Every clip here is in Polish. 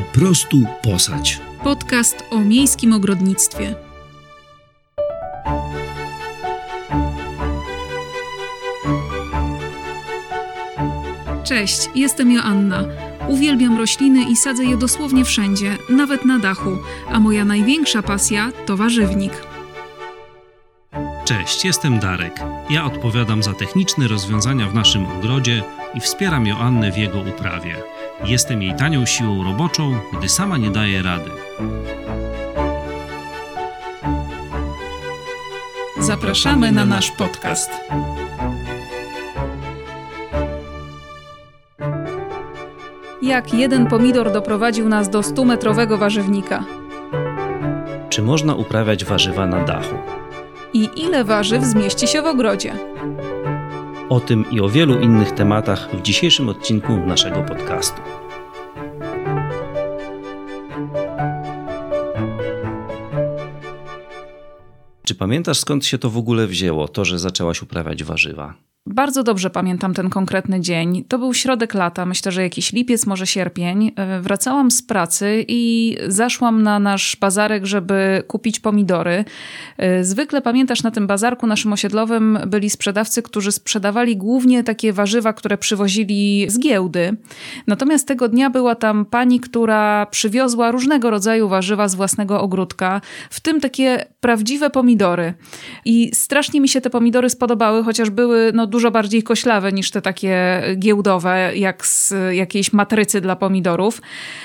Po prostu posadź. Podcast o miejskim ogrodnictwie. Cześć, jestem Joanna. Uwielbiam rośliny i sadzę je dosłownie wszędzie, nawet na dachu, a moja największa pasja to warzywnik. Cześć, jestem Darek. Ja odpowiadam za techniczne rozwiązania w naszym ogrodzie i wspieram Joannę w jego uprawie. Jestem jej tanią siłą roboczą, gdy sama nie daje rady. Zapraszamy na nasz podcast. Jak jeden pomidor doprowadził nas do 100-metrowego warzywnika? Czy można uprawiać warzywa na dachu? I ile warzyw zmieści się w ogrodzie? O tym i o wielu innych tematach w dzisiejszym odcinku naszego podcastu. Czy pamiętasz, skąd się to w ogóle wzięło, to, że zaczęłaś uprawiać warzywa? Bardzo dobrze pamiętam ten konkretny dzień. To był środek lata, myślę, że jakiś lipiec, może sierpień. Wracałam z pracy i zaszłam na nasz bazarek, żeby kupić pomidory. Zwykle pamiętasz, na tym bazarku naszym osiedlowym byli sprzedawcy, którzy sprzedawali głównie takie warzywa, które przywozili z giełdy. Natomiast tego dnia była tam pani, która przywiozła różnego rodzaju warzywa z własnego ogródka, w tym takie prawdziwe pomidory. I strasznie mi się te pomidory spodobały, chociaż były dużo bardziej koślawe niż te takie giełdowe, jak z jakiejś matrycy dla pomidorów.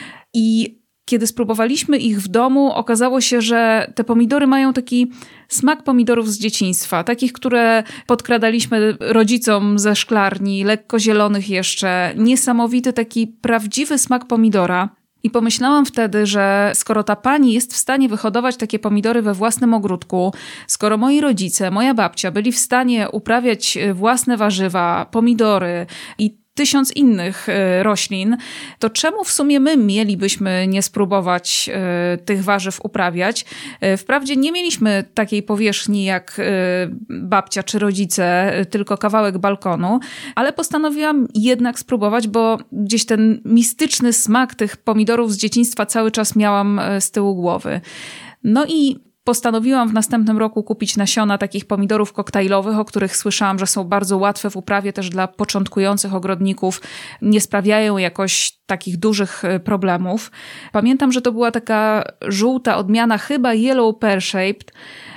I kiedy spróbowaliśmy ich w domu, okazało się, że te pomidory mają taki smak pomidorów z dzieciństwa. Takich, które podkradaliśmy rodzicom ze szklarni, lekko zielonych jeszcze. Niesamowity taki prawdziwy smak pomidora. I pomyślałam wtedy, że skoro ta pani jest w stanie wyhodować takie pomidory we własnym ogródku, skoro moi rodzice, moja babcia byli w stanie uprawiać własne warzywa, pomidory i 1000 innych roślin, to czemu w sumie my mielibyśmy nie spróbować tych warzyw uprawiać? Wprawdzie nie mieliśmy takiej powierzchni jak babcia czy rodzice, tylko kawałek balkonu, ale postanowiłam jednak spróbować, bo gdzieś ten mistyczny smak tych pomidorów z dzieciństwa cały czas miałam z tyłu głowy. No i postanowiłam w następnym roku kupić nasiona takich pomidorów koktajlowych, o których słyszałam, że są bardzo łatwe w uprawie też dla początkujących ogrodników. Nie sprawiają jakoś takich dużych problemów. Pamiętam, że to była taka żółta odmiana, chyba Yellow Pear-Shaped,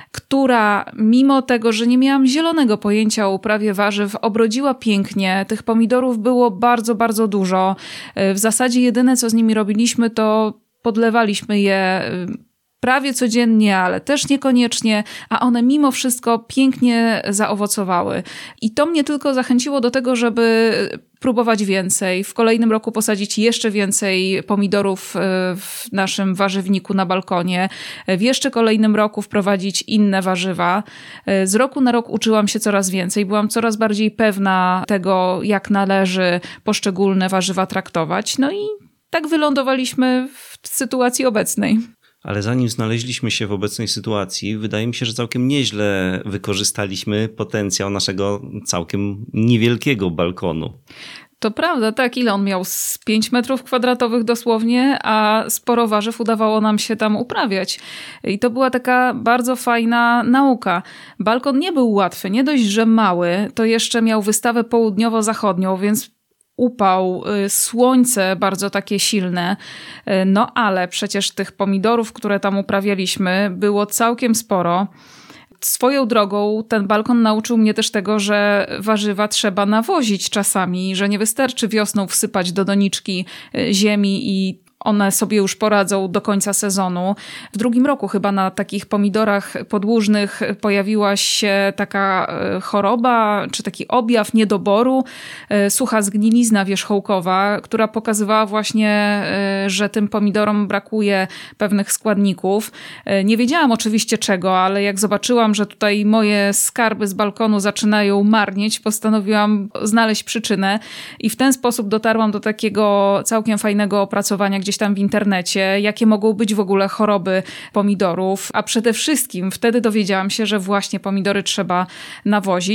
która mimo tego, że nie miałam zielonego pojęcia o uprawie warzyw, obrodziła pięknie. Tych pomidorów było bardzo, bardzo dużo. W zasadzie jedyne, co z nimi robiliśmy, to podlewaliśmy je prawie codziennie, ale też niekoniecznie, a one mimo wszystko pięknie zaowocowały. I to mnie tylko zachęciło do tego, żeby próbować więcej. W kolejnym roku posadzić jeszcze więcej pomidorów w naszym warzywniku na balkonie. W jeszcze kolejnym roku wprowadzić inne warzywa. Z roku na rok uczyłam się coraz więcej. Byłam coraz bardziej pewna tego, jak należy poszczególne warzywa traktować. No i tak wylądowaliśmy w sytuacji obecnej. Ale zanim znaleźliśmy się w obecnej sytuacji, wydaje mi się, że całkiem nieźle wykorzystaliśmy potencjał naszego całkiem niewielkiego balkonu. To prawda, tak. Ile on miał? Z 5 metrów kwadratowych dosłownie, a sporo warzyw udawało nam się tam uprawiać. I to była taka bardzo fajna nauka. Balkon nie był łatwy, nie dość, że mały, to jeszcze miał wystawę południowo-zachodnią, więc upał, słońce bardzo takie silne, no ale przecież tych pomidorów, które tam uprawialiśmy, było całkiem sporo. Swoją drogą ten balkon nauczył mnie też tego, że warzywa trzeba nawozić czasami, że nie wystarczy wiosną wsypać do doniczki ziemi i one sobie już poradzą do końca sezonu. W drugim roku chyba na takich pomidorach podłużnych pojawiła się taka choroba, czy taki objaw niedoboru, sucha zgnilizna wierzchołkowa, która pokazywała właśnie, że tym pomidorom brakuje pewnych składników. Nie wiedziałam oczywiście czego, ale jak zobaczyłam, że tutaj moje skarby z balkonu zaczynają marnieć, postanowiłam znaleźć przyczynę i w ten sposób dotarłam do takiego całkiem fajnego opracowania gdzieś tam w internecie, jakie mogą być w ogóle choroby pomidorów, a przede wszystkim wtedy dowiedziałam się, że właśnie pomidory trzeba nawozić.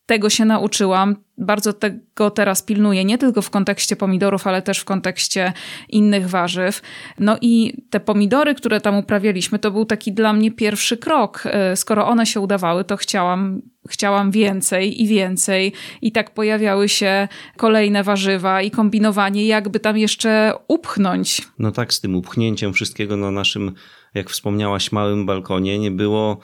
tego się nauczyłam. Bardzo tego teraz pilnuję, nie tylko w kontekście pomidorów, ale też w kontekście innych warzyw. No i te pomidory, które tam uprawialiśmy, to był taki dla mnie pierwszy krok. Skoro one się udawały, to chciałam więcej i więcej. I tak pojawiały się kolejne warzywa i kombinowanie, jakby tam jeszcze upchnąć. No tak, z tym upchnięciem wszystkiego na naszym, jak wspomniałaś, małym balkonie nie było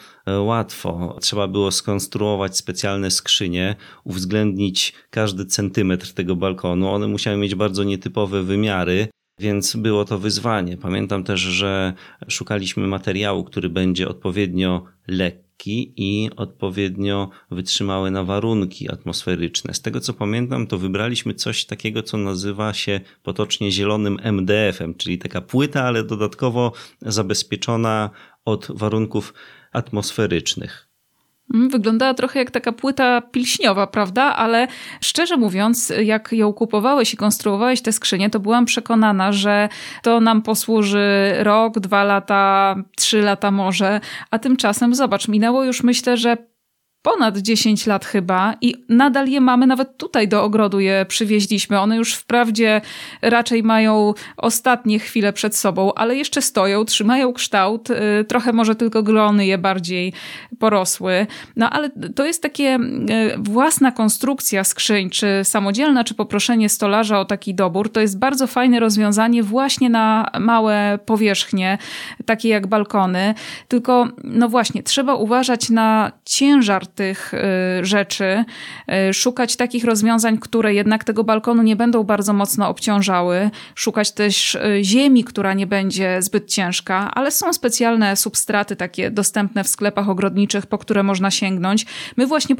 łatwo. Trzeba było skonstruować specjalne skrzynie, uwzględnić każdy centymetr tego balkonu. One musiały mieć bardzo nietypowe wymiary, więc było to wyzwanie. Pamiętam też, że szukaliśmy materiału, który będzie odpowiednio lekki i odpowiednio wytrzymały na warunki atmosferyczne. Z tego co pamiętam, to wybraliśmy coś takiego, co nazywa się potocznie zielonym MDF-em, czyli taka płyta, ale dodatkowo zabezpieczona od warunków atmosferycznych. Wyglądała trochę jak taka płyta pilśniowa, prawda? Ale szczerze mówiąc, jak ją kupowałeś i konstruowałeś te skrzynie, to byłam przekonana, że to nam posłuży rok, 2 lata, 3 lata może. A tymczasem, zobacz, minęło już myślę, że ponad 10 lat chyba i nadal je mamy, nawet tutaj do ogrodu je przywieźliśmy. One już wprawdzie raczej mają ostatnie chwile przed sobą, ale jeszcze stoją, trzymają kształt, trochę może tylko glony je bardziej porosły. No ale to jest takie własna konstrukcja skrzyń, czy samodzielna, czy poproszenie stolarza o taki dobór. To jest bardzo fajne rozwiązanie właśnie na małe powierzchnie, takie jak balkony. Tylko no właśnie, trzeba uważać na ciężar tych rzeczy, szukać takich rozwiązań, które jednak tego balkonu nie będą bardzo mocno obciążały, szukać też ziemi, która nie będzie zbyt ciężka, ale są specjalne substraty takie dostępne w sklepach ogrodniczych, po które można sięgnąć. My właśnie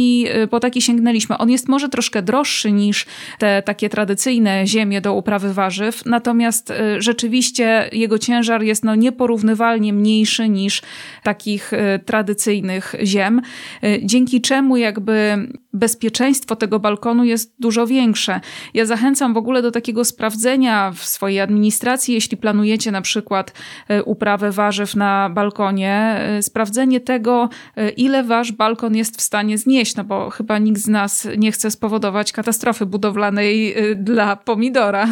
po taki sięgnęliśmy. On jest może troszkę droższy niż te takie tradycyjne ziemie do uprawy warzyw, natomiast rzeczywiście jego ciężar jest nieporównywalnie mniejszy niż takich tradycyjnych ziem, dzięki czemu jakby bezpieczeństwo tego balkonu jest dużo większe. Ja zachęcam w ogóle do takiego sprawdzenia w swojej administracji, jeśli planujecie na przykład uprawę warzyw na balkonie, sprawdzenie tego, ile wasz balkon jest w stanie znieść, no bo chyba nikt z nas nie chce spowodować katastrofy budowlanej dla pomidora.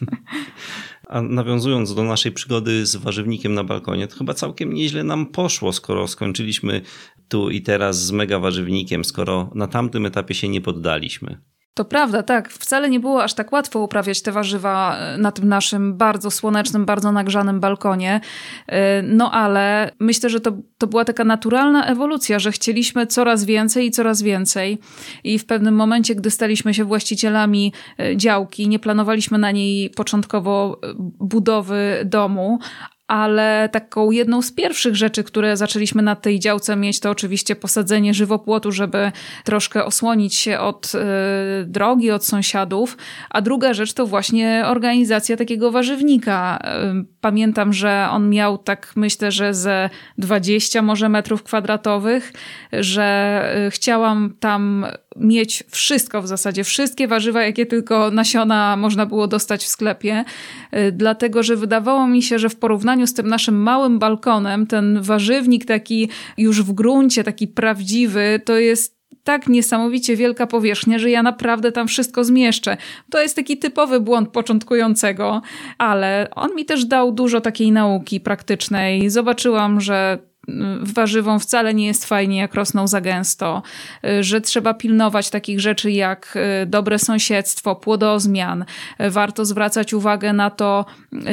A nawiązując do naszej przygody z warzywnikiem na balkonie, to chyba całkiem nieźle nam poszło, skoro skończyliśmy tu i teraz z mega warzywnikiem, skoro na tamtym etapie się nie poddaliśmy. To prawda, tak. Wcale nie było aż tak łatwo uprawiać te warzywa na tym naszym bardzo słonecznym, bardzo nagrzanym balkonie. No ale myślę, że to była taka naturalna ewolucja, że chcieliśmy coraz więcej i coraz więcej. I w pewnym momencie, gdy staliśmy się właścicielami działki, nie planowaliśmy na niej początkowo budowy domu, ale taką jedną z pierwszych rzeczy, które zaczęliśmy na tej działce mieć, to oczywiście posadzenie żywopłotu, żeby troszkę osłonić się od drogi, od sąsiadów. A druga rzecz to właśnie organizacja takiego warzywnika. Pamiętam, że on miał tak, myślę, że ze 20 może metrów kwadratowych, że chciałam tam mieć wszystko w zasadzie, wszystkie warzywa, jakie tylko nasiona można było dostać w sklepie, dlatego, że wydawało mi się, że w porównaniu z tym naszym małym balkonem, ten warzywnik taki już w gruncie, taki prawdziwy, to jest tak niesamowicie wielka powierzchnia, że ja naprawdę tam wszystko zmieszczę. To jest taki typowy błąd początkującego, ale on mi też dał dużo takiej nauki praktycznej. Zobaczyłam, że warzywom wcale nie jest fajnie, jak rosną za gęsto, że trzeba pilnować takich rzeczy jak dobre sąsiedztwo, płodozmian. Warto zwracać uwagę na to,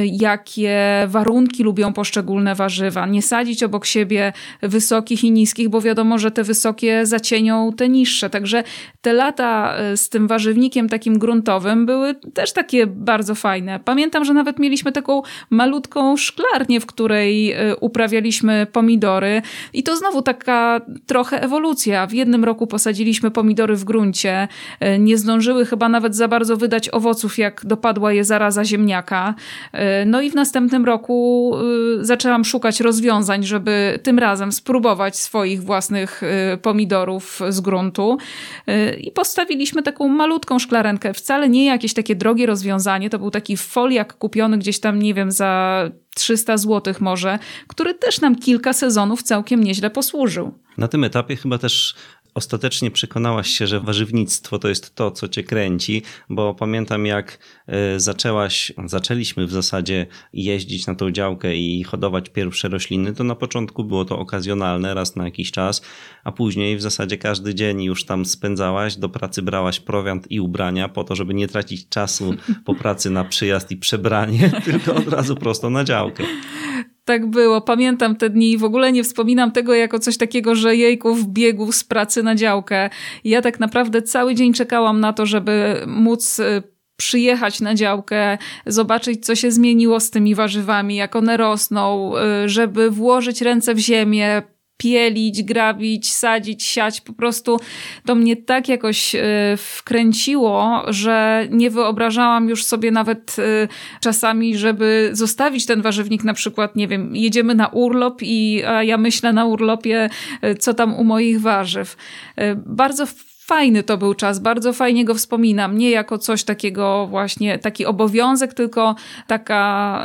jakie warunki lubią poszczególne warzywa. Nie sadzić obok siebie wysokich i niskich, bo wiadomo, że te wysokie zacienią te niższe. Także te lata z tym warzywnikiem takim gruntowym były też takie bardzo fajne. Pamiętam, że nawet mieliśmy taką malutką szklarnię, w której uprawialiśmy pomidory. I to znowu taka trochę ewolucja. W jednym roku posadziliśmy pomidory w gruncie. Nie zdążyły chyba nawet za bardzo wydać owoców, jak dopadła je zaraza ziemniaka. No i w następnym roku zaczęłam szukać rozwiązań, żeby tym razem spróbować swoich własnych pomidorów z gruntu. I postawiliśmy taką malutką szklarenkę. Wcale nie jakieś takie drogie rozwiązanie. To był taki foliak kupiony gdzieś tam, nie wiem, za 300 zł może, który też nam kilka sezonów całkiem nieźle posłużył. Na tym etapie chyba też ostatecznie przekonałaś się, że warzywnictwo to jest to, co cię kręci, bo pamiętam jak zaczęliśmy w zasadzie jeździć na tą działkę i hodować pierwsze rośliny, to na początku było to okazjonalne, raz na jakiś czas, a później w zasadzie każdy dzień już tam spędzałaś, do pracy brałaś prowiant i ubrania po to, żeby nie tracić czasu po pracy na przyjazd i przebranie, tylko od razu prosto na działkę. Tak było. Pamiętam te dni i w ogóle nie wspominam tego jako coś takiego, że jejków biegł z pracy na działkę. Ja tak naprawdę cały dzień czekałam na to, żeby móc przyjechać na działkę, zobaczyć, co się zmieniło z tymi warzywami, jak one rosną, żeby włożyć ręce w ziemię, pielić, grabić, sadzić, siać. Po prostu to mnie tak jakoś wkręciło, że nie wyobrażałam już sobie nawet czasami, żeby zostawić ten warzywnik, na przykład, nie wiem, jedziemy na urlop i ja myślę na urlopie, co tam u moich warzyw. Bardzo fajny to był czas, bardzo fajnie go wspominam. Nie jako coś takiego właśnie, taki obowiązek, tylko taka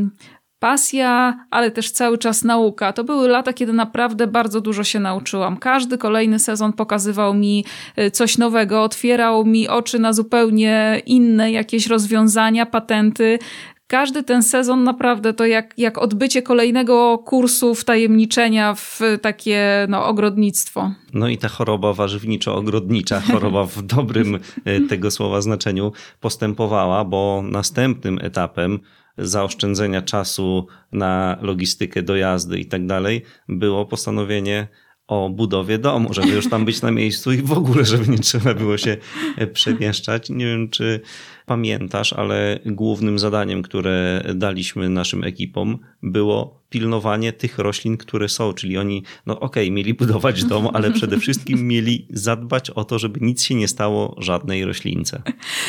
pasja, ale też cały czas nauka. To były lata, kiedy naprawdę bardzo dużo się nauczyłam. Każdy kolejny sezon pokazywał mi coś nowego, otwierał mi oczy na zupełnie inne jakieś rozwiązania, patenty. Każdy ten sezon naprawdę to jak odbycie kolejnego kursu wtajemniczenia w takie ogrodnictwo. No i ta choroba warzywniczo-ogrodnicza, choroba w dobrym tego słowa znaczeniu postępowała, bo następnym etapem zaoszczędzenia czasu na logistykę, dojazdy i tak dalej było postanowienie o budowie domu, żeby już tam być na miejscu i w ogóle, żeby nie trzeba było się przemieszczać. Nie wiem, czy pamiętasz, ale głównym zadaniem, które daliśmy naszym ekipom, było pilnowanie tych roślin, które są, czyli oni, mieli budować dom, ale przede wszystkim mieli zadbać o to, żeby nic się nie stało żadnej roślince.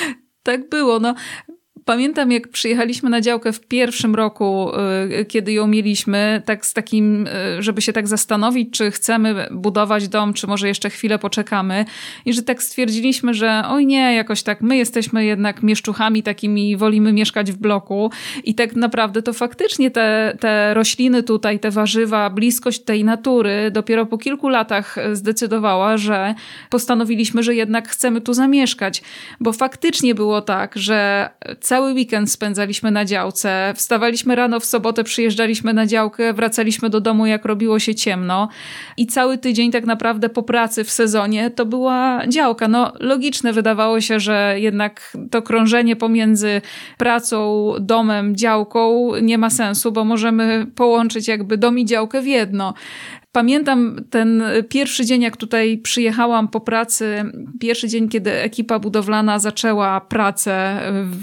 Tak było, Pamiętam, jak przyjechaliśmy na działkę w pierwszym roku, kiedy ją mieliśmy, tak z takim, żeby się tak zastanowić, czy chcemy budować dom, czy może jeszcze chwilę poczekamy. I że tak stwierdziliśmy, że oj nie, jakoś tak, my jesteśmy jednak mieszczuchami takimi, wolimy mieszkać w bloku. I tak naprawdę to faktycznie te rośliny tutaj, te warzywa, bliskość tej natury dopiero po kilku latach zdecydowała, że postanowiliśmy, że jednak chcemy tu zamieszkać. Bo faktycznie było tak, że cały weekend spędzaliśmy na działce, wstawaliśmy rano w sobotę, przyjeżdżaliśmy na działkę, wracaliśmy do domu, jak robiło się ciemno i cały tydzień tak naprawdę po pracy w sezonie to była działka. Logiczne wydawało się, że jednak to krążenie pomiędzy pracą, domem, działką nie ma sensu, bo możemy połączyć jakby dom i działkę w jedno. Pamiętam ten pierwszy dzień, jak tutaj przyjechałam po pracy, pierwszy dzień, kiedy ekipa budowlana zaczęła pracę,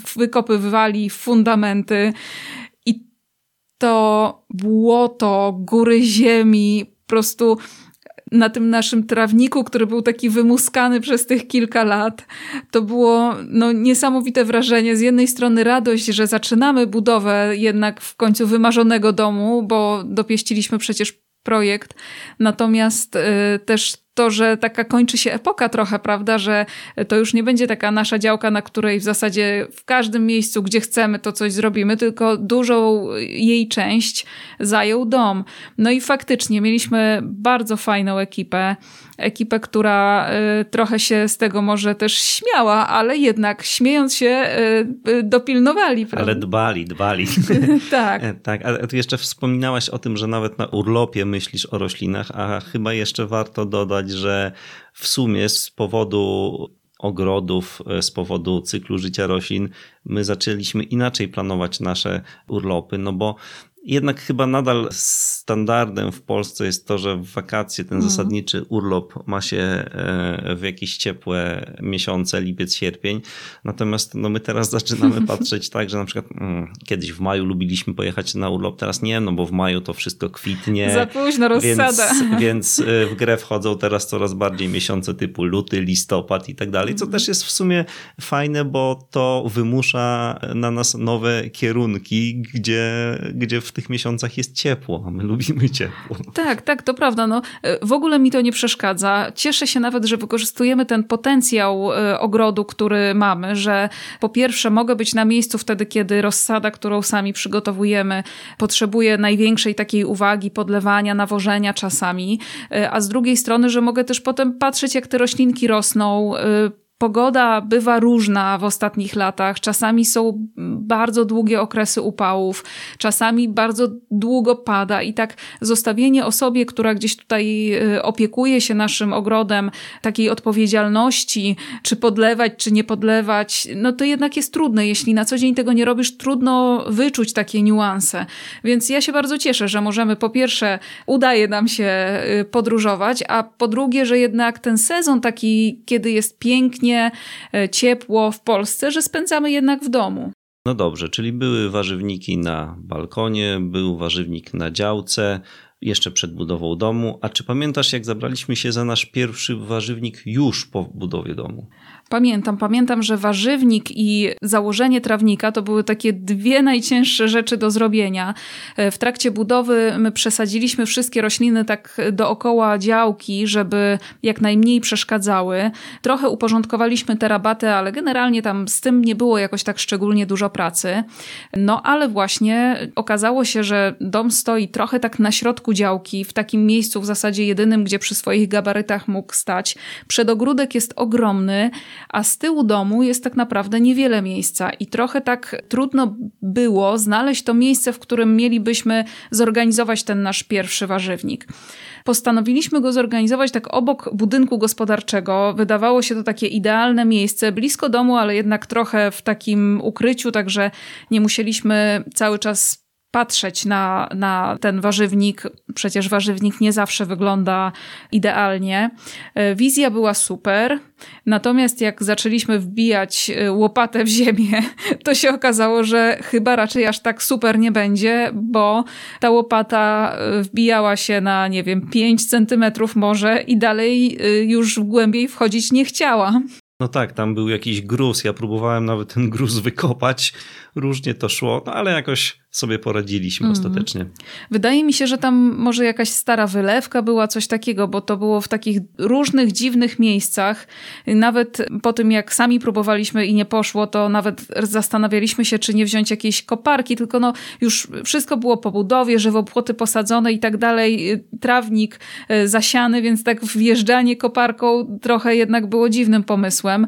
wykopywali fundamenty i to błoto, góry ziemi, po prostu na tym naszym trawniku, który był taki wymuskany przez tych kilka lat. To było niesamowite wrażenie. Z jednej strony radość, że zaczynamy budowę jednak w końcu wymarzonego domu, bo dopieściliśmy przecież projekt. Natomiast też to, że taka kończy się epoka trochę, prawda, że to już nie będzie taka nasza działka, na której w zasadzie w każdym miejscu, gdzie chcemy, to coś zrobimy, tylko dużą jej część zajął dom. I faktycznie mieliśmy bardzo fajną ekipę, która trochę się z tego może też śmiała, ale jednak śmiejąc się dopilnowali. Prawda? Ale dbali. Tak. Tak, ale tu jeszcze wspominałaś o tym, że nawet na urlopie myślisz o roślinach, a chyba jeszcze warto dodać, że w sumie z powodu ogrodów, z powodu cyklu życia roślin, my zaczęliśmy inaczej planować nasze urlopy, bo jednak chyba nadal standardem w Polsce jest to, że w wakacje ten zasadniczy urlop ma się w jakieś ciepłe miesiące, lipiec, sierpień. Natomiast my teraz zaczynamy patrzeć tak, że na przykład kiedyś w maju lubiliśmy pojechać na urlop, teraz nie, bo w maju to wszystko kwitnie. Za późno rozsada. Więc w grę wchodzą teraz coraz bardziej miesiące typu luty, listopad i tak dalej, co też jest w sumie fajne, bo to wymusza zaprasza na nas nowe kierunki, gdzie w tych miesiącach jest ciepło, a my lubimy ciepło. Tak, to prawda. No, w ogóle mi to nie przeszkadza. Cieszę się nawet, że wykorzystujemy ten potencjał ogrodu, który mamy, że po pierwsze mogę być na miejscu wtedy, kiedy rozsada, którą sami przygotowujemy, potrzebuje największej takiej uwagi, podlewania, nawożenia czasami, a z drugiej strony, że mogę też potem patrzeć, jak te roślinki rosną. Pogoda bywa różna w ostatnich latach. Czasami są bardzo długie okresy upałów, czasami bardzo długo pada i tak zostawienie osobie, która gdzieś tutaj opiekuje się naszym ogrodem, takiej odpowiedzialności, czy podlewać, czy nie podlewać, no to jednak jest trudne. Jeśli na co dzień tego nie robisz, trudno wyczuć takie niuanse. Więc ja się bardzo cieszę, że możemy po pierwsze udaje nam się podróżować, a po drugie, że jednak ten sezon taki, kiedy jest pięknie, ciepło w Polsce, że spędzamy jednak w domu. No dobrze, czyli były warzywniki na balkonie, był warzywnik na działce, jeszcze przed budową domu. A czy pamiętasz, jak zabraliśmy się za nasz pierwszy warzywnik już po budowie domu? Pamiętam, że warzywnik i założenie trawnika to były takie dwie najcięższe rzeczy do zrobienia. W trakcie budowy my przesadziliśmy wszystkie rośliny tak dookoła działki, żeby jak najmniej przeszkadzały. Trochę uporządkowaliśmy te rabaty, ale generalnie tam z tym nie było jakoś tak szczególnie dużo pracy. No ale właśnie okazało się, że dom stoi trochę tak na środku działki, w takim miejscu w zasadzie jedynym, gdzie przy swoich gabarytach mógł stać. Przedogródek jest ogromny, a z tyłu domu jest tak naprawdę niewiele miejsca i trochę tak trudno było znaleźć to miejsce, w którym mielibyśmy zorganizować ten nasz pierwszy warzywnik. Postanowiliśmy go zorganizować tak obok budynku gospodarczego. Wydawało się to takie idealne miejsce, blisko domu, ale jednak trochę w takim ukryciu, także nie musieliśmy cały czas patrzeć na ten warzywnik. Przecież warzywnik nie zawsze wygląda idealnie. Wizja była super, natomiast jak zaczęliśmy wbijać łopatę w ziemię, to się okazało, że chyba raczej aż tak super nie będzie, bo ta łopata wbijała się na, 5 centymetrów może i dalej już głębiej wchodzić nie chciała. No tak, tam był jakiś gruz, ja próbowałem nawet ten gruz wykopać, różnie to szło, no ale jakoś sobie poradziliśmy ostatecznie. Wydaje mi się, że tam może jakaś stara wylewka była, coś takiego, bo to było w takich różnych, dziwnych miejscach. Nawet po tym, jak sami próbowaliśmy i nie poszło, to nawet zastanawialiśmy się, czy nie wziąć jakiejś koparki, tylko już wszystko było po budowie, żywopłoty posadzone i tak dalej, trawnik zasiany, więc tak wjeżdżanie koparką trochę jednak było dziwnym pomysłem.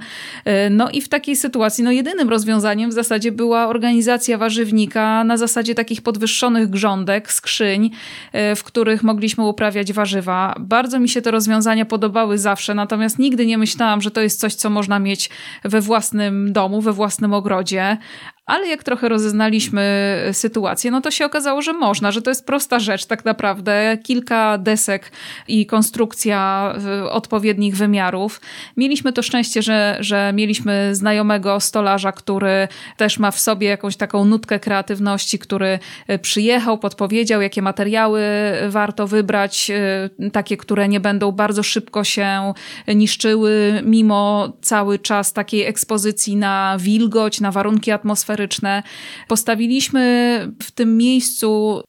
No i w takiej sytuacji, jedynym rozwiązaniem w zasadzie była organizacja warzywnika na zasadzie takich podwyższonych grządek, skrzyń, w których mogliśmy uprawiać warzywa. Bardzo mi się te rozwiązania podobały zawsze, natomiast nigdy nie myślałam, że to jest coś, co można mieć we własnym domu, we własnym ogrodzie. Ale jak trochę rozeznaliśmy sytuację, to się okazało, że można, że to jest prosta rzecz tak naprawdę. Kilka desek i konstrukcja odpowiednich wymiarów. Mieliśmy to szczęście, że mieliśmy znajomego stolarza, który też ma w sobie jakąś taką nutkę kreatywności, który przyjechał, podpowiedział, jakie materiały warto wybrać, takie, które nie będą bardzo szybko się niszczyły, mimo cały czas takiej ekspozycji na wilgoć, na warunki atmosferyczne. Postawiliśmy w tym miejscu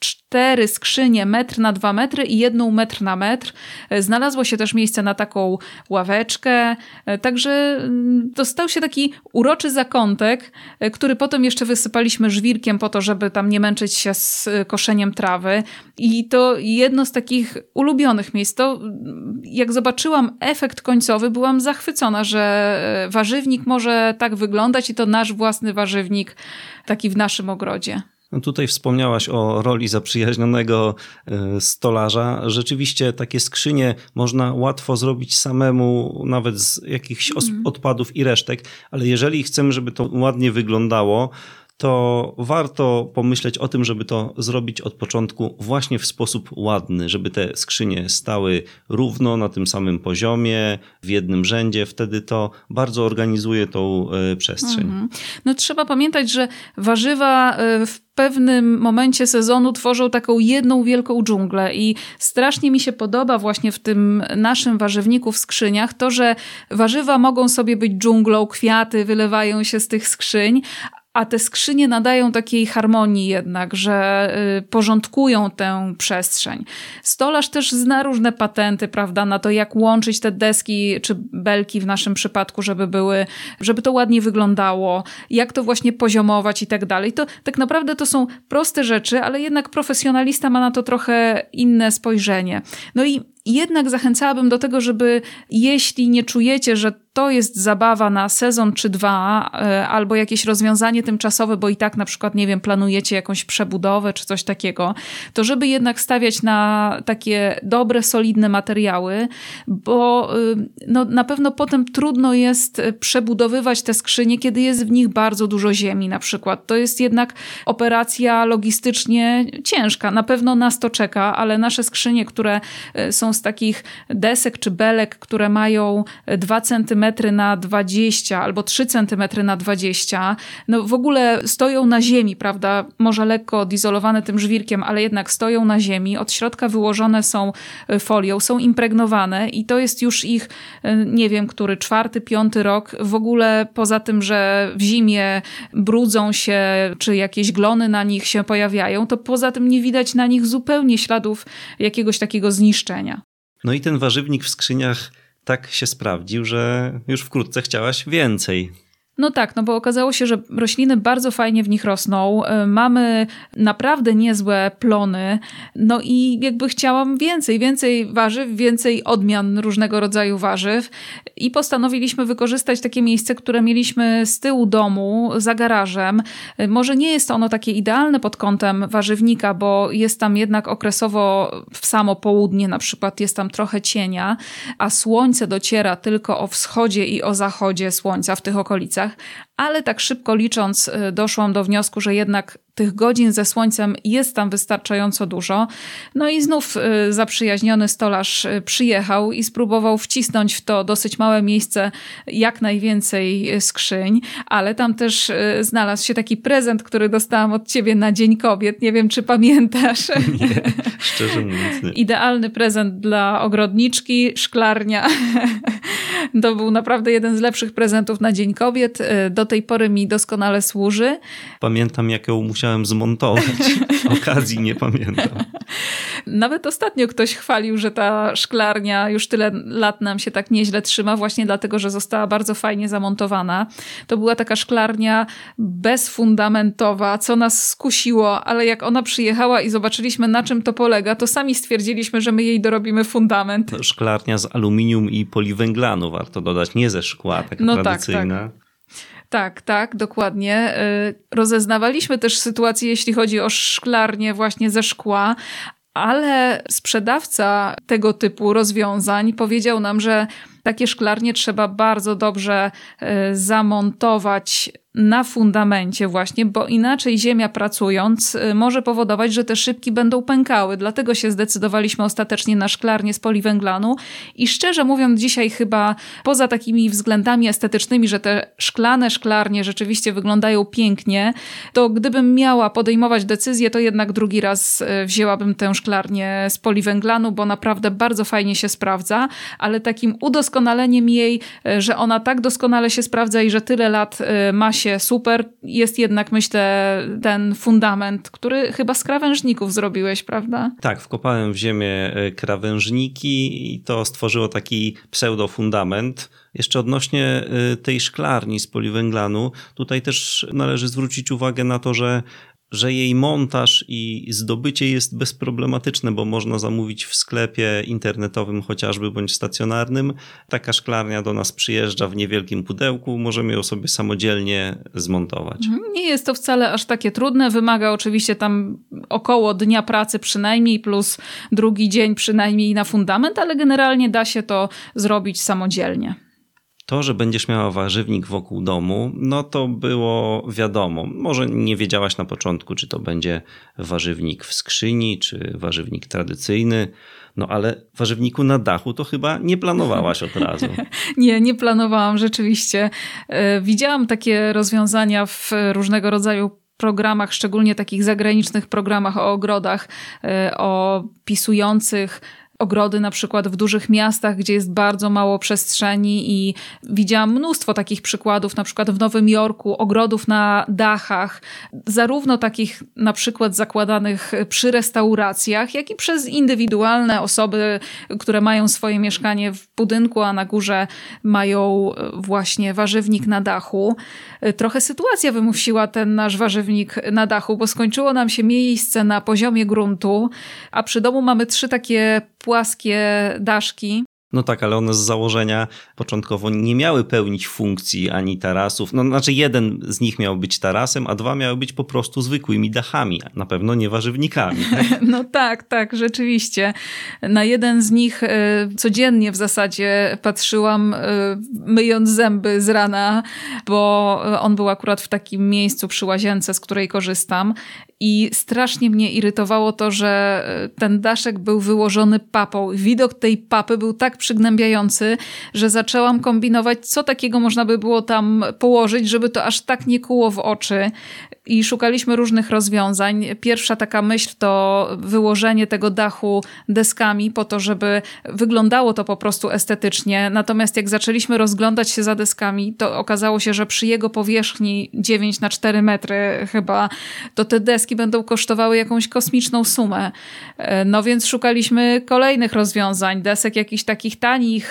4 skrzynie 1,2 metry i 1 metr na metr. Znalazło się też miejsce na taką ławeczkę, także to stał się taki uroczy zakątek, który potem jeszcze wysypaliśmy żwirkiem po to, żeby tam nie męczyć się z koszeniem trawy. I to jedno z takich ulubionych miejsc. To jak zobaczyłam efekt końcowy, byłam zachwycona, że warzywnik może tak wyglądać i to nasz własny warzywnik taki w naszym ogrodzie. No tutaj wspomniałaś o roli zaprzyjaźnionego stolarza. Rzeczywiście takie skrzynie można łatwo zrobić samemu, nawet z jakichś odpadów i resztek, ale jeżeli chcemy, żeby to ładnie wyglądało, to warto pomyśleć o tym, żeby to zrobić od początku właśnie w sposób ładny, żeby te skrzynie stały równo, na tym samym poziomie, w jednym rzędzie. Wtedy to bardzo organizuje tą przestrzeń. No trzeba pamiętać, że warzywa w pewnym momencie sezonu tworzą taką jedną wielką dżunglę i strasznie mi się podoba właśnie w tym naszym warzywniku w skrzyniach to, że warzywa mogą sobie być dżunglą, kwiaty wylewają się z tych skrzyń, a te skrzynie nadają takiej harmonii jednak, że porządkują tę przestrzeń. Stolarz też zna różne patenty, prawda, na to, jak łączyć te deski czy belki w naszym przypadku, żeby to ładnie wyglądało, jak to właśnie poziomować i tak dalej. To tak naprawdę to są proste rzeczy, ale jednak profesjonalista ma na to trochę inne spojrzenie. No i jednak zachęcałabym do tego, żeby jeśli nie czujecie, że to jest zabawa na sezon czy 2 albo jakieś rozwiązanie tymczasowe, bo i tak na przykład, nie wiem, planujecie jakąś przebudowę czy coś takiego, to żeby jednak stawiać na takie dobre, solidne materiały, bo no, na pewno potem trudno jest przebudowywać te skrzynie, kiedy jest w nich bardzo dużo ziemi na przykład. To jest jednak operacja logistycznie ciężka. Na pewno nas to czeka, ale nasze skrzynie, które są z takich desek czy belek, które mają 2 cm na 20 albo 3 cm na 20, no w ogóle stoją na ziemi, prawda? Może lekko odizolowane tym żwirkiem, ale jednak stoją na ziemi. Od środka wyłożone są folią, są impregnowane i to jest już ich, nie wiem, który 4., 5. rok. W ogóle poza tym, że w zimie brudzą się, czy jakieś glony na nich się pojawiają, to poza tym nie widać na nich zupełnie śladów jakiegoś takiego zniszczenia. No i ten warzywnik w skrzyniach tak się sprawdził, że już wkrótce chciałaś więcej. No tak, no bo okazało się, że rośliny bardzo fajnie w nich rosną. Mamy naprawdę niezłe plony. No i jakby chciałam więcej warzyw, więcej odmian różnego rodzaju warzyw. I postanowiliśmy wykorzystać takie miejsce, które mieliśmy z tyłu domu, za garażem. Może nie jest ono takie idealne pod kątem warzywnika, bo jest tam jednak okresowo w samo południe na przykład, jest tam trochę cienia, a słońce dociera tylko o wschodzie i o zachodzie słońca w tych okolicach. Ale tak szybko licząc doszłam do wniosku, że jednak tych godzin ze słońcem jest tam wystarczająco dużo. No i znów zaprzyjaźniony stolarz przyjechał i spróbował wcisnąć w to dosyć małe miejsce jak najwięcej skrzyń, ale tam też znalazł się taki prezent, który dostałam od ciebie na Dzień Kobiet. Nie wiem, czy pamiętasz. Nie, szczerze mówiąc nie. Idealny prezent dla ogrodniczki, szklarnia. To był naprawdę jeden z lepszych prezentów na Dzień Kobiet. Do tej pory mi doskonale służy. Pamiętam, jak ją musiałem zmontować. Okazji nie pamiętam. Nawet ostatnio ktoś chwalił, że ta szklarnia już tyle lat nam się tak nieźle trzyma, właśnie dlatego, że została bardzo fajnie zamontowana. To była taka szklarnia bezfundamentowa, co nas skusiło, ale jak ona przyjechała i zobaczyliśmy, na czym to polega, to sami stwierdziliśmy, że my jej dorobimy fundament. No, szklarnia z aluminium i poliwęglanu, warto dodać, nie ze szkła, taka tradycyjna. Tak, dokładnie. Rozeznawaliśmy też sytuację, jeśli chodzi o szklarnię właśnie ze szkła, ale sprzedawca tego typu rozwiązań powiedział nam, że takie szklarnie trzeba bardzo dobrze zamontować na fundamencie właśnie, bo inaczej ziemia pracując może powodować, że te szybki będą pękały. Dlatego się zdecydowaliśmy ostatecznie na szklarnię z poliwęglanu i szczerze mówiąc dzisiaj chyba poza takimi względami estetycznymi, że te szklane szklarnie rzeczywiście wyglądają pięknie, to gdybym miała podejmować decyzję, to jednak drugi raz wzięłabym tę szklarnię z poliwęglanu, bo naprawdę bardzo fajnie się sprawdza, ale takim udoskonaleniem jej, że ona tak doskonale się sprawdza i że tyle lat ma się super, jest jednak, myślę, ten fundament, który chyba z krawężników zrobiłeś, prawda? Tak, wkopałem w ziemię krawężniki i to stworzyło taki pseudofundament. Jeszcze odnośnie tej szklarni z poliwęglanu, tutaj też należy zwrócić uwagę na to, że jej montaż i zdobycie jest bezproblematyczne, bo można zamówić w sklepie internetowym chociażby bądź stacjonarnym. Taka szklarnia do nas przyjeżdża w niewielkim pudełku, możemy ją sobie samodzielnie zmontować. Nie jest to wcale aż takie trudne, wymaga oczywiście tam około dnia pracy przynajmniej, plus drugi dzień przynajmniej na fundament, ale generalnie da się to zrobić samodzielnie. To, że będziesz miała warzywnik wokół domu, no to było wiadomo. Może nie wiedziałaś na początku, czy to będzie warzywnik w skrzyni, czy warzywnik tradycyjny, no ale warzywniku na dachu to chyba nie planowałaś od razu. Nie planowałam rzeczywiście. Widziałam takie rozwiązania w różnego rodzaju programach, szczególnie takich zagranicznych programach o ogrodach, opisujących ogrody na przykład w dużych miastach, gdzie jest bardzo mało przestrzeni i widziałam mnóstwo takich przykładów, na przykład w Nowym Jorku, ogrodów na dachach, zarówno takich na przykład zakładanych przy restauracjach, jak i przez indywidualne osoby, które mają swoje mieszkanie w budynku, a na górze mają właśnie warzywnik na dachu. Trochę sytuacja wymusiła ten nasz warzywnik na dachu, bo skończyło nam się miejsce na poziomie gruntu, a przy domu mamy 3 takie płaskie daszki. No tak, ale one z założenia początkowo nie miały pełnić funkcji ani tarasów. No znaczy jeden z nich miał być tarasem, a 2 miały być po prostu zwykłymi dachami, na pewno nie warzywnikami. No tak, rzeczywiście. Na jeden z nich codziennie w zasadzie patrzyłam, myjąc zęby z rana, bo on był akurat w takim miejscu przy łazience, z której korzystam. I strasznie mnie irytowało to, że ten daszek był wyłożony papą. Widok tej papy był tak przygnębiający, że zaczęłam kombinować, co takiego można by było tam położyć, żeby to aż tak nie kuło w oczy. I szukaliśmy różnych rozwiązań. Pierwsza taka myśl to wyłożenie tego dachu deskami po to, żeby wyglądało to po prostu estetycznie. Natomiast jak zaczęliśmy rozglądać się za deskami, to okazało się, że przy jego powierzchni 9x4 metry chyba, to te deski będą kosztowały jakąś kosmiczną sumę. No więc szukaliśmy kolejnych rozwiązań. Desek jakichś takich tanich,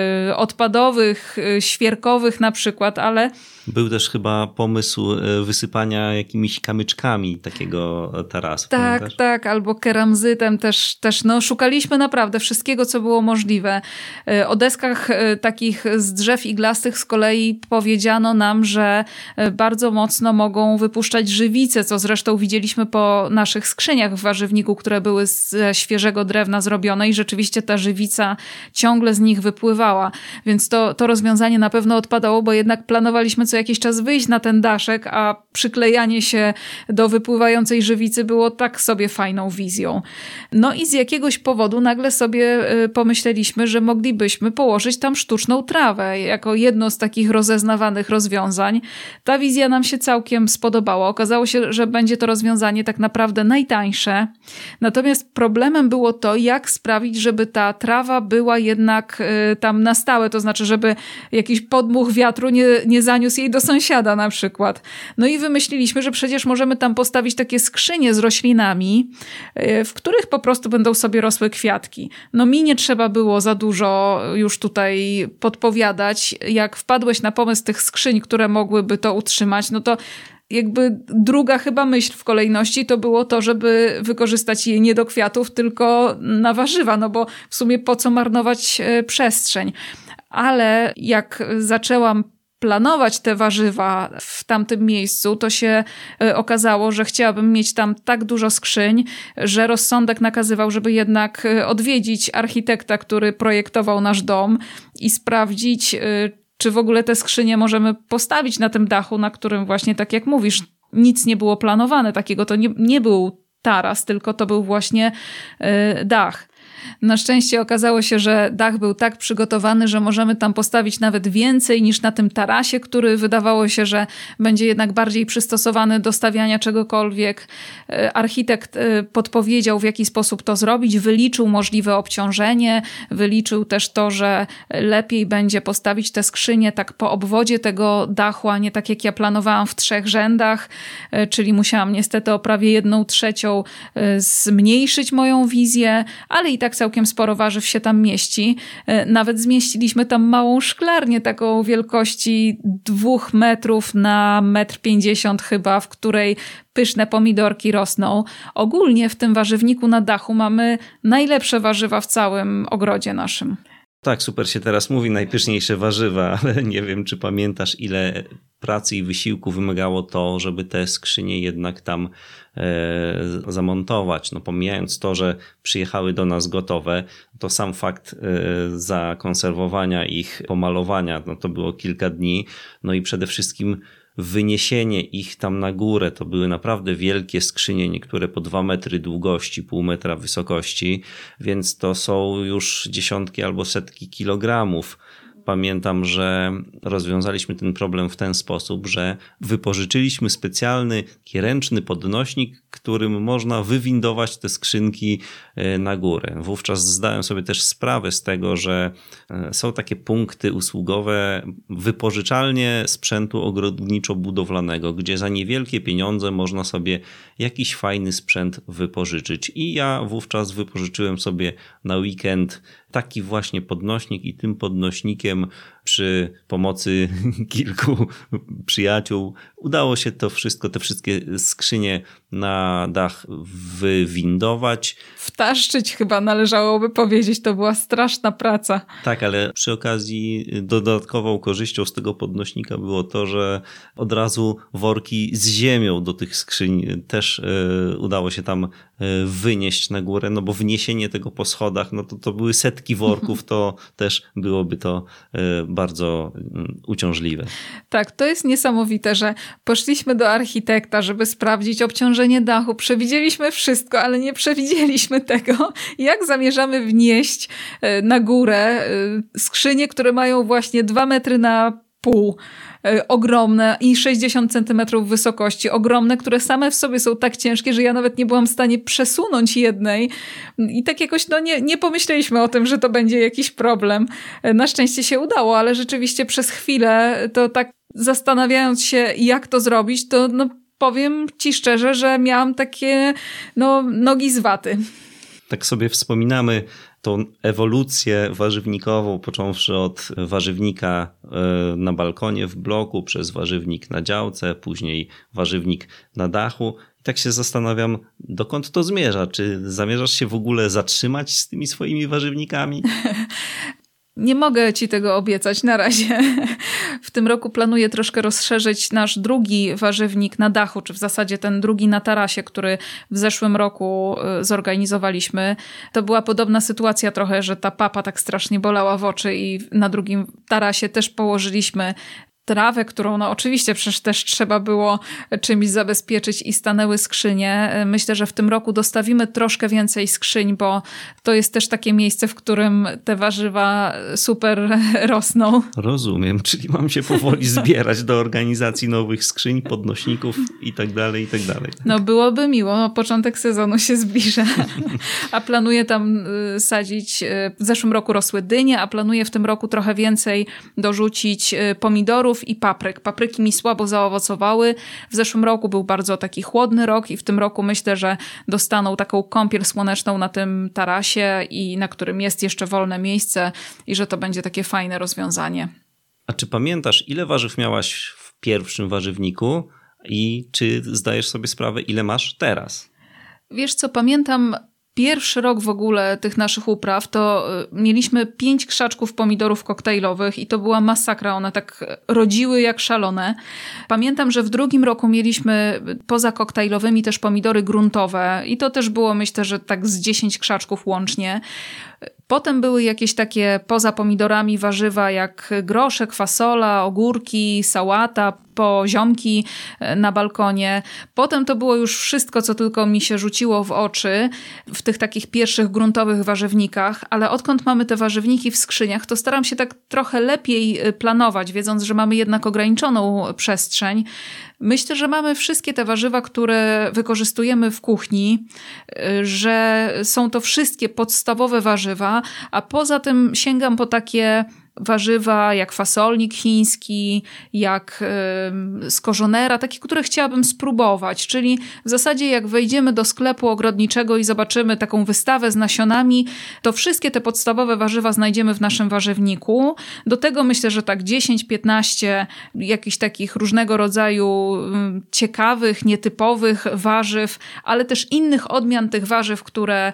odpadowych, świerkowych na przykład, ale... Był też chyba pomysł wysypania jakimiś kamyczkami takiego tarasu. Tak, albo keramzytem też. No, szukaliśmy naprawdę wszystkiego, co było możliwe. O deskach takich z drzew iglastych z kolei powiedziano nam, że bardzo mocno mogą wypuszczać żywice, co zresztą widzieliśmy po naszych skrzyniach w warzywniku, które były ze świeżego drewna zrobione i rzeczywiście ta żywica ciągle z nich wypływała. Więc to rozwiązanie na pewno odpadało, bo jednak planowaliśmy co jakiś czas wyjść na ten daszek, a przyklejanie się do wypływającej żywicy było tak sobie fajną wizją. No i z jakiegoś powodu nagle sobie pomyśleliśmy, że moglibyśmy położyć tam sztuczną trawę jako jedno z takich rozeznawanych rozwiązań. Ta wizja nam się całkiem spodobała. Okazało się, że będzie to rozwiązanie tak naprawdę najtańsze. Natomiast problemem było to, jak sprawić, żeby ta trawa była jednak tam na stałe, to znaczy, żeby jakiś podmuch wiatru nie zaniósł jej do sąsiada na przykład. No i wymyśliliśmy, że przecież możemy tam postawić takie skrzynie z roślinami, w których po prostu będą sobie rosły kwiatki. No mi nie trzeba było za dużo już tutaj podpowiadać. Jak wpadłeś na pomysł tych skrzyń, które mogłyby to utrzymać, no to jakby druga chyba myśl w kolejności to było to, żeby wykorzystać je nie do kwiatów, tylko na warzywa, no bo w sumie po co marnować przestrzeń. Ale jak zaczęłam planować te warzywa w tamtym miejscu, to się okazało, że chciałabym mieć tam tak dużo skrzyń, że rozsądek nakazywał, żeby jednak odwiedzić architekta, który projektował nasz dom i sprawdzić, czy w ogóle te skrzynie możemy postawić na tym dachu, na którym właśnie, tak jak mówisz, nic nie było planowane takiego. To nie był taras, tylko to był właśnie dach. Na szczęście okazało się, że dach był tak przygotowany, że możemy tam postawić nawet więcej niż na tym tarasie, który wydawało się, że będzie jednak bardziej przystosowany do stawiania czegokolwiek. Architekt podpowiedział, w jaki sposób to zrobić, wyliczył możliwe obciążenie, wyliczył też to, że lepiej będzie postawić te skrzynie tak po obwodzie tego dachu, a nie tak jak ja planowałam w 3 rzędach, czyli musiałam niestety o prawie 1/3 zmniejszyć moją wizję, ale i tak całkiem sporo warzyw się tam mieści. Nawet zmieściliśmy tam małą szklarnię taką wielkości 2 metrów na 1,50 m chyba, w której pyszne pomidorki rosną. Ogólnie w tym warzywniku na dachu mamy najlepsze warzywa w całym ogrodzie naszym. Tak, super się teraz mówi, najpyszniejsze warzywa, ale nie wiem, czy pamiętasz, ile pracy i wysiłku wymagało to, żeby te skrzynie jednak tam zamontować. No pomijając to, że przyjechały do nas gotowe, to sam fakt zakonserwowania ich, pomalowania, no to było kilka dni, no i przede wszystkim wyniesienie ich tam na górę. To były naprawdę wielkie skrzynie, niektóre po 2 metry długości, pół metra wysokości, więc to są już dziesiątki albo setki kilogramów. Pamiętam, że rozwiązaliśmy ten problem w ten sposób, że wypożyczyliśmy specjalny ręczny podnośnik, którym można wywindować te skrzynki na górę. Wówczas zdałem sobie też sprawę z tego, że są takie punkty usługowe, wypożyczalnie sprzętu ogrodniczo-budowlanego, gdzie za niewielkie pieniądze można sobie jakiś fajny sprzęt wypożyczyć. I ja wówczas wypożyczyłem sobie na weekend taki właśnie podnośnik i tym podnośnikiem przy pomocy kilku przyjaciół udało się to wszystko, te wszystkie skrzynie na dach wywindować. Wtaszczyć chyba należałoby powiedzieć, to była straszna praca. Tak, ale przy okazji dodatkową korzyścią z tego podnośnika było to, że od razu worki z ziemią do tych skrzyń też udało się tam wynieść na górę, no bo wniesienie tego po schodach, no to były setki worków, to też byłoby to bardzo uciążliwe. Tak, to jest niesamowite, że poszliśmy do architekta, żeby sprawdzić obciążenie dachu. Przewidzieliśmy wszystko, ale nie przewidzieliśmy tego, jak zamierzamy wnieść na górę skrzynie, które mają właśnie 2 metry na pół. Ogromne i 60 centymetrów wysokości, ogromne, które same w sobie są tak ciężkie, że ja nawet nie byłam w stanie przesunąć jednej i tak jakoś nie pomyśleliśmy o tym, że to będzie jakiś problem. Na szczęście się udało, ale rzeczywiście przez chwilę to tak zastanawiając się, jak to zrobić, to powiem ci szczerze, że miałam takie nogi z waty. Tak sobie wspominamy tą ewolucję warzywnikową, począwszy od warzywnika na balkonie w bloku, przez warzywnik na działce, później warzywnik na dachu. I tak się zastanawiam, dokąd to zmierza? Czy zamierzasz się w ogóle zatrzymać z tymi swoimi warzywnikami? Nie mogę ci tego obiecać na razie. W tym roku planuję troszkę rozszerzyć nasz drugi warzywnik na dachu, czy w zasadzie ten drugi na tarasie, który w zeszłym roku zorganizowaliśmy. To była podobna sytuacja trochę, że ta papa tak strasznie bolała w oczy i na drugim tarasie też położyliśmy trawę, którą oczywiście przecież też trzeba było czymś zabezpieczyć i stanęły skrzynie. Myślę, że w tym roku dostawimy troszkę więcej skrzyń, bo to jest też takie miejsce, w którym te warzywa super rosną. Rozumiem, czyli mam się powoli zbierać do organizacji nowych skrzyń, podnośników i tak dalej, i tak dalej. No byłoby miło, początek sezonu się zbliża. A planuję tam sadzić, w zeszłym roku rosły dynie, a planuję w tym roku trochę więcej dorzucić pomidorów i papryk. Papryki mi słabo zaowocowały. W zeszłym roku był bardzo taki chłodny rok i w tym roku myślę, że dostaną taką kąpiel słoneczną na tym tarasie i na którym jest jeszcze wolne miejsce i że to będzie takie fajne rozwiązanie. A czy pamiętasz, ile warzyw miałaś w pierwszym warzywniku i czy zdajesz sobie sprawę, ile masz teraz? Wiesz co, pamiętam pierwszy rok w ogóle tych naszych upraw, to mieliśmy 5 krzaczków pomidorów koktajlowych i to była masakra. One tak rodziły jak szalone. Pamiętam, że w drugim roku mieliśmy poza koktajlowymi też pomidory gruntowe i to też było, myślę, że tak z 10 krzaczków łącznie. Potem były jakieś takie poza pomidorami warzywa jak groszek, fasola, ogórki, sałata, poziomki na balkonie. Potem to było już wszystko, co tylko mi się rzuciło w oczy w tych takich pierwszych gruntowych warzywnikach, ale odkąd mamy te warzywniki w skrzyniach, to staram się tak trochę lepiej planować, wiedząc, że mamy jednak ograniczoną przestrzeń. Myślę, że mamy wszystkie te warzywa, które wykorzystujemy w kuchni, że są to wszystkie podstawowe warzywa, a poza tym sięgam po takie warzywa jak fasolnik chiński, jak skorżonera, takie, które chciałabym spróbować. Czyli w zasadzie jak wejdziemy do sklepu ogrodniczego i zobaczymy taką wystawę z nasionami, to wszystkie te podstawowe warzywa znajdziemy w naszym warzywniku. Do tego myślę, że tak 10-15 jakichś takich różnego rodzaju ciekawych, nietypowych warzyw, ale też innych odmian tych warzyw, które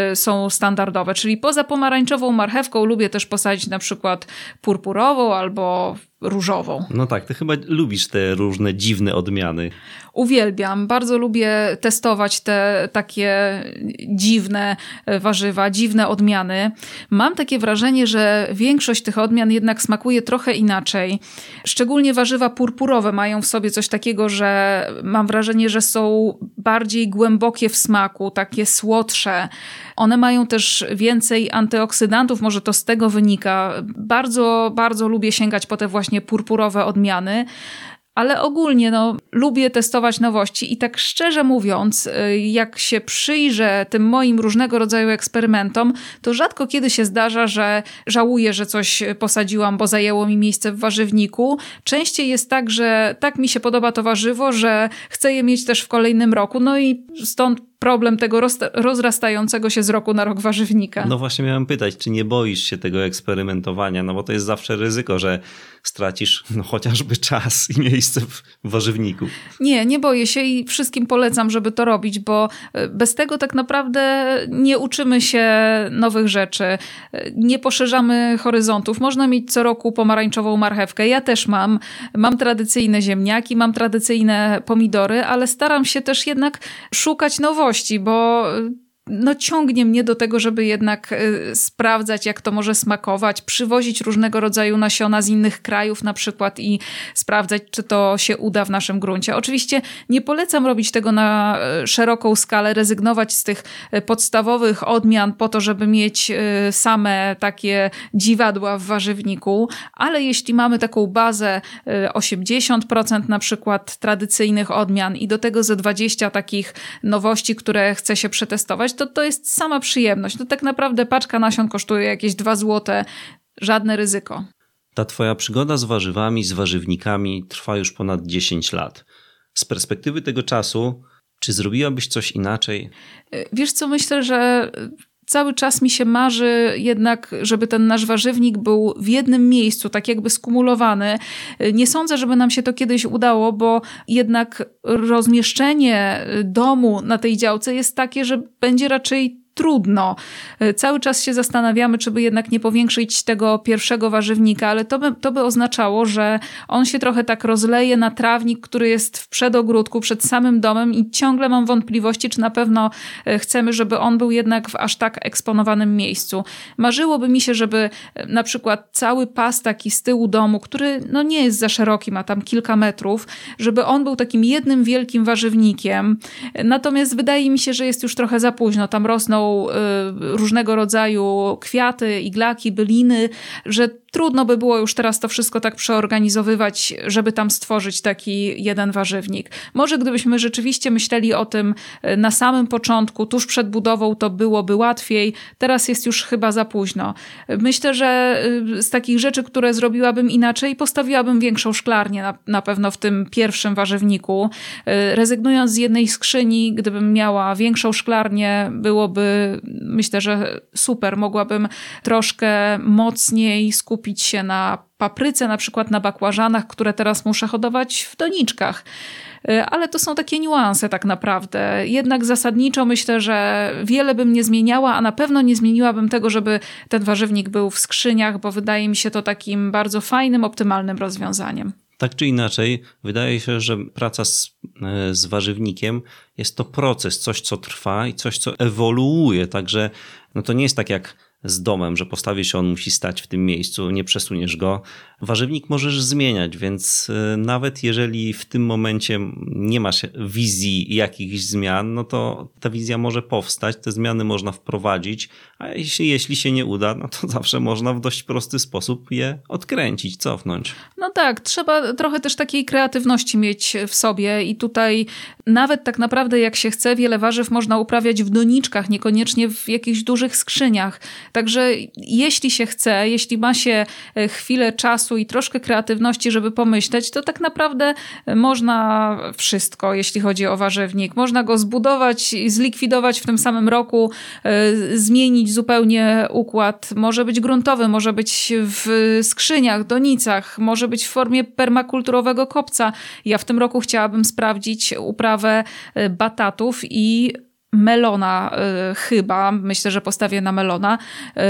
są standardowe. Czyli poza pomarańczową marchewką lubię też posadzić na przykład purpurową albo różową. No tak, ty chyba lubisz te różne dziwne odmiany. Uwielbiam, bardzo lubię testować te takie dziwne warzywa, dziwne odmiany. Mam takie wrażenie, że większość tych odmian jednak smakuje trochę inaczej. Szczególnie warzywa purpurowe mają w sobie coś takiego, że mam wrażenie, że są bardziej głębokie w smaku, takie słodsze. One mają też więcej antyoksydantów, może to z tego wynika. Bardzo, bardzo lubię sięgać po te właśnie purpurowe odmiany. Ale ogólnie lubię testować nowości i tak szczerze mówiąc, jak się przyjrzę tym moim różnego rodzaju eksperymentom, to rzadko kiedy się zdarza, że żałuję, że coś posadziłam, bo zajęło mi miejsce w warzywniku. Częściej jest tak, że tak mi się podoba to warzywo, że chcę je mieć też w kolejnym roku. No i stąd problem tego rozrastającego się z roku na rok warzywnika. No właśnie miałem pytać, czy nie boisz się tego eksperymentowania, no bo to jest zawsze ryzyko, że stracisz chociażby czas i miejsce w warzywniku. Nie boję się i wszystkim polecam, żeby to robić, bo bez tego tak naprawdę nie uczymy się nowych rzeczy, nie poszerzamy horyzontów. Można mieć co roku pomarańczową marchewkę. Ja też mam tradycyjne ziemniaki, mam tradycyjne pomidory, ale staram się też jednak szukać nowości, bo ciągnie mnie do tego, żeby jednak sprawdzać, jak to może smakować, przywozić różnego rodzaju nasiona z innych krajów na przykład i sprawdzać, czy to się uda w naszym gruncie. Oczywiście nie polecam robić tego na szeroką skalę, rezygnować z tych podstawowych odmian po to, żeby mieć same takie dziwadła w warzywniku, ale jeśli mamy taką bazę 80% na przykład tradycyjnych odmian i do tego ze 20 takich nowości, które chce się przetestować, to jest sama przyjemność. To tak naprawdę paczka nasion kosztuje jakieś 2 złote, żadne ryzyko. Ta twoja przygoda z warzywami, z warzywnikami trwa już ponad 10 lat. Z perspektywy tego czasu, czy zrobiłabyś coś inaczej? Wiesz co, myślę, że cały czas mi się marzy jednak, żeby ten nasz warzywnik był w jednym miejscu, tak jakby skumulowany. Nie sądzę, żeby nam się to kiedyś udało, bo jednak rozmieszczenie domu na tej działce jest takie, że będzie raczej trudno. Cały czas się zastanawiamy, czy by jednak nie powiększyć tego pierwszego warzywnika, ale to by oznaczało, że on się trochę tak rozleje na trawnik, który jest w przedogródku, przed samym domem i ciągle mam wątpliwości, czy na pewno chcemy, żeby on był jednak w aż tak eksponowanym miejscu. Marzyłoby mi się, żeby na przykład cały pas taki z tyłu domu, który nie jest za szeroki, ma tam kilka metrów, żeby on był takim jednym wielkim warzywnikiem. Natomiast wydaje mi się, że jest już trochę za późno. Tam rosną różnego rodzaju kwiaty, iglaki, byliny, że trudno by było już teraz to wszystko tak przeorganizowywać, żeby tam stworzyć taki jeden warzywnik. Może gdybyśmy rzeczywiście myśleli o tym na samym początku, tuż przed budową, to byłoby łatwiej. Teraz jest już chyba za późno. Myślę, że z takich rzeczy, które zrobiłabym inaczej, postawiłabym większą szklarnię na pewno w tym pierwszym warzywniku. Rezygnując z jednej skrzyni, gdybym miała większą szklarnię, byłoby, myślę, że super. Mogłabym troszkę mocniej skupić się na papryce, na przykład na bakłażanach, które teraz muszę hodować w doniczkach. Ale to są takie niuanse tak naprawdę. Jednak zasadniczo myślę, że wiele bym nie zmieniała, a na pewno nie zmieniłabym tego, żeby ten warzywnik był w skrzyniach, bo wydaje mi się to takim bardzo fajnym, optymalnym rozwiązaniem. Tak czy inaczej, wydaje się, że praca z warzywnikiem jest to proces, coś co trwa i coś co ewoluuje, także to nie jest tak jak z domem, że postawisz się, on musi stać w tym miejscu, nie przesuniesz go. Warzywnik możesz zmieniać, więc nawet jeżeli w tym momencie nie masz wizji jakichś zmian, to ta wizja może powstać, te zmiany można wprowadzić, a jeśli się nie uda, to zawsze można w dość prosty sposób je odkręcić, cofnąć. No tak, trzeba trochę też takiej kreatywności mieć w sobie i tutaj nawet tak naprawdę jak się chce, wiele warzyw można uprawiać w doniczkach, niekoniecznie w jakichś dużych skrzyniach. Także jeśli się chce, jeśli ma się chwilę czasu i troszkę kreatywności, żeby pomyśleć, to tak naprawdę można wszystko, jeśli chodzi o warzywnik. Można go zbudować i zlikwidować w tym samym roku, zmienić zupełnie układ. Może być gruntowy, może być w skrzyniach, donicach, może być w formie permakulturowego kopca. Ja w tym roku chciałabym sprawdzić uprawę batatów i melona chyba, myślę, że postawię na melona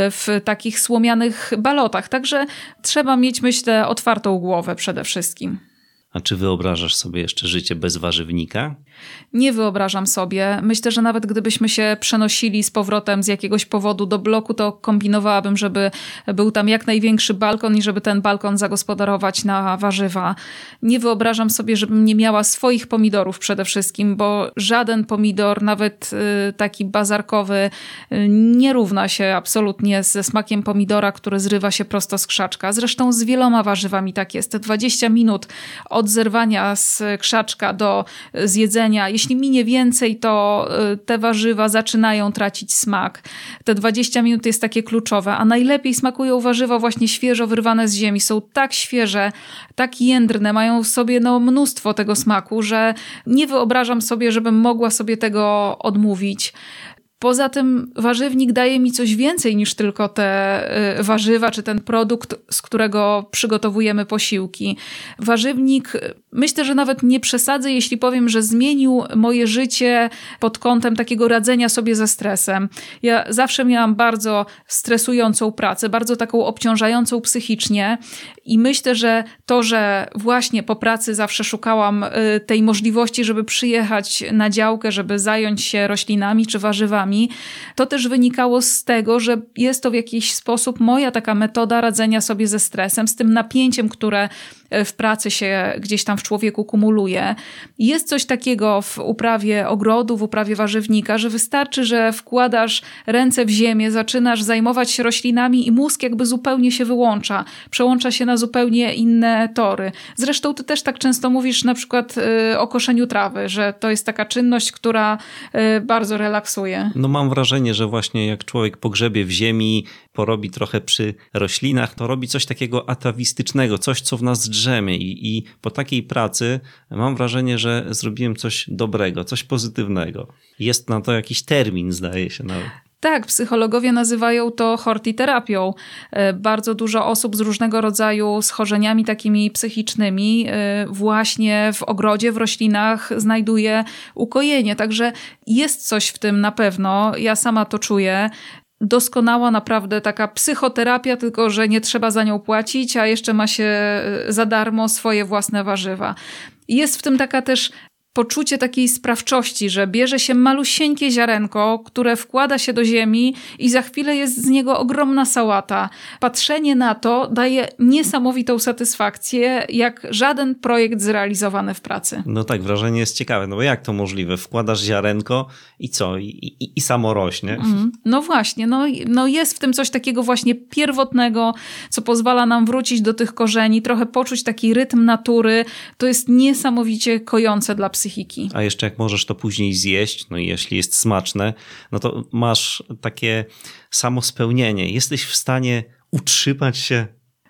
w takich słomianych balotach. Także trzeba mieć, myślę, otwartą głowę przede wszystkim. A czy wyobrażasz sobie jeszcze życie bez warzywnika? Nie wyobrażam sobie. Myślę, że nawet gdybyśmy się przenosili z powrotem z jakiegoś powodu do bloku, to kombinowałabym, żeby był tam jak największy balkon i żeby ten balkon zagospodarować na warzywa. Nie wyobrażam sobie, żebym nie miała swoich pomidorów przede wszystkim, bo żaden pomidor, nawet taki bazarkowy, nie równa się absolutnie ze smakiem pomidora, który zrywa się prosto z krzaczka. Zresztą z wieloma warzywami tak jest. Te 20 minut od zerwania z krzaczka do zjedzenia, jeśli minie więcej, to te warzywa zaczynają tracić smak. Te 20 minut jest takie kluczowe, a najlepiej smakują warzywa właśnie świeżo wyrwane z ziemi. Są tak świeże, tak jędrne, mają w sobie mnóstwo tego smaku, że nie wyobrażam sobie, żebym mogła sobie tego odmówić. Poza tym warzywnik daje mi coś więcej niż tylko te warzywa, czy ten produkt, z którego przygotowujemy posiłki. Warzywnik, myślę, że nawet nie przesadzę, jeśli powiem, że zmienił moje życie pod kątem takiego radzenia sobie ze stresem. Ja zawsze miałam bardzo stresującą pracę, bardzo taką obciążającą psychicznie i myślę, że to, że właśnie po pracy zawsze szukałam tej możliwości, żeby przyjechać na działkę, żeby zająć się roślinami czy warzywami, to też wynikało z tego, że jest to w jakiś sposób moja taka metoda radzenia sobie ze stresem, z tym napięciem, które w pracy się gdzieś tam w człowieku kumuluje. Jest coś takiego w uprawie ogrodu, w uprawie warzywnika, że wystarczy, że wkładasz ręce w ziemię, zaczynasz zajmować się roślinami i mózg jakby zupełnie się wyłącza. Przełącza się na zupełnie inne tory. Zresztą ty też tak często mówisz na przykład o koszeniu trawy, że to jest taka czynność, która bardzo relaksuje. No mam wrażenie, że właśnie jak człowiek pogrzebie w ziemi, porobi trochę przy roślinach, to robi coś takiego atawistycznego, coś, co w nas drzemie i po takiej pracy mam wrażenie, że zrobiłem coś dobrego, coś pozytywnego. Jest na to jakiś termin, zdaje się nawet. Tak, psychologowie nazywają to hortiterapią. Bardzo dużo osób z różnego rodzaju schorzeniami takimi psychicznymi właśnie w ogrodzie, w roślinach znajduje ukojenie. Także jest coś w tym na pewno. Ja sama to czuję. Doskonała naprawdę taka psychoterapia, tylko że nie trzeba za nią płacić, a jeszcze ma się za darmo swoje własne warzywa. Jest w tym taka też poczucie takiej sprawczości, że bierze się malusieńkie ziarenko, które wkłada się do ziemi i za chwilę jest z niego ogromna sałata. Patrzenie na to daje niesamowitą satysfakcję, jak żaden projekt zrealizowany w pracy. No tak, wrażenie jest ciekawe, no bo jak to możliwe? Wkładasz ziarenko i co? I samo rośnie? No właśnie, no jest w tym coś takiego właśnie pierwotnego, co pozwala nam wrócić do tych korzeni, trochę poczuć taki rytm natury. To jest niesamowicie kojące dla psychiki. A jeszcze jak możesz to później zjeść, no i jeśli jest smaczne, no to masz takie samospełnienie. Jesteś w stanie utrzymać się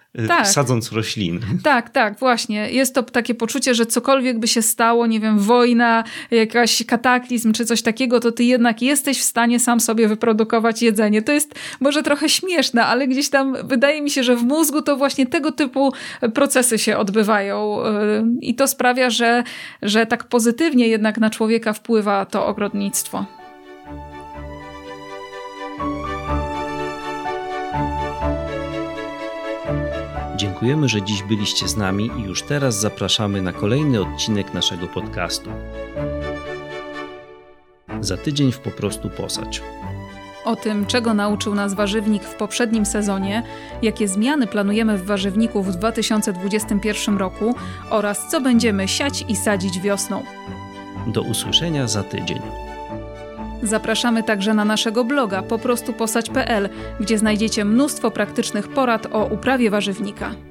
sadząc rośliny. Tak, właśnie. Jest to takie poczucie, że cokolwiek by się stało, nie wiem, wojna, jakaś kataklizm czy coś takiego, to ty jednak jesteś w stanie sam sobie wyprodukować jedzenie. To jest może trochę śmieszne, ale gdzieś tam wydaje mi się, że w mózgu to właśnie tego typu procesy się odbywają i to sprawia, że tak pozytywnie jednak na człowieka wpływa to ogrodnictwo. Dziękujemy, że dziś byliście z nami i już teraz zapraszamy na kolejny odcinek naszego podcastu. Za tydzień w Po prostu posadź. O tym, czego nauczył nas warzywnik w poprzednim sezonie, jakie zmiany planujemy w warzywniku w 2021 roku oraz co będziemy siać i sadzić wiosną. Do usłyszenia za tydzień. Zapraszamy także na naszego bloga poprostuposadź.pl, gdzie znajdziecie mnóstwo praktycznych porad o uprawie warzywnika.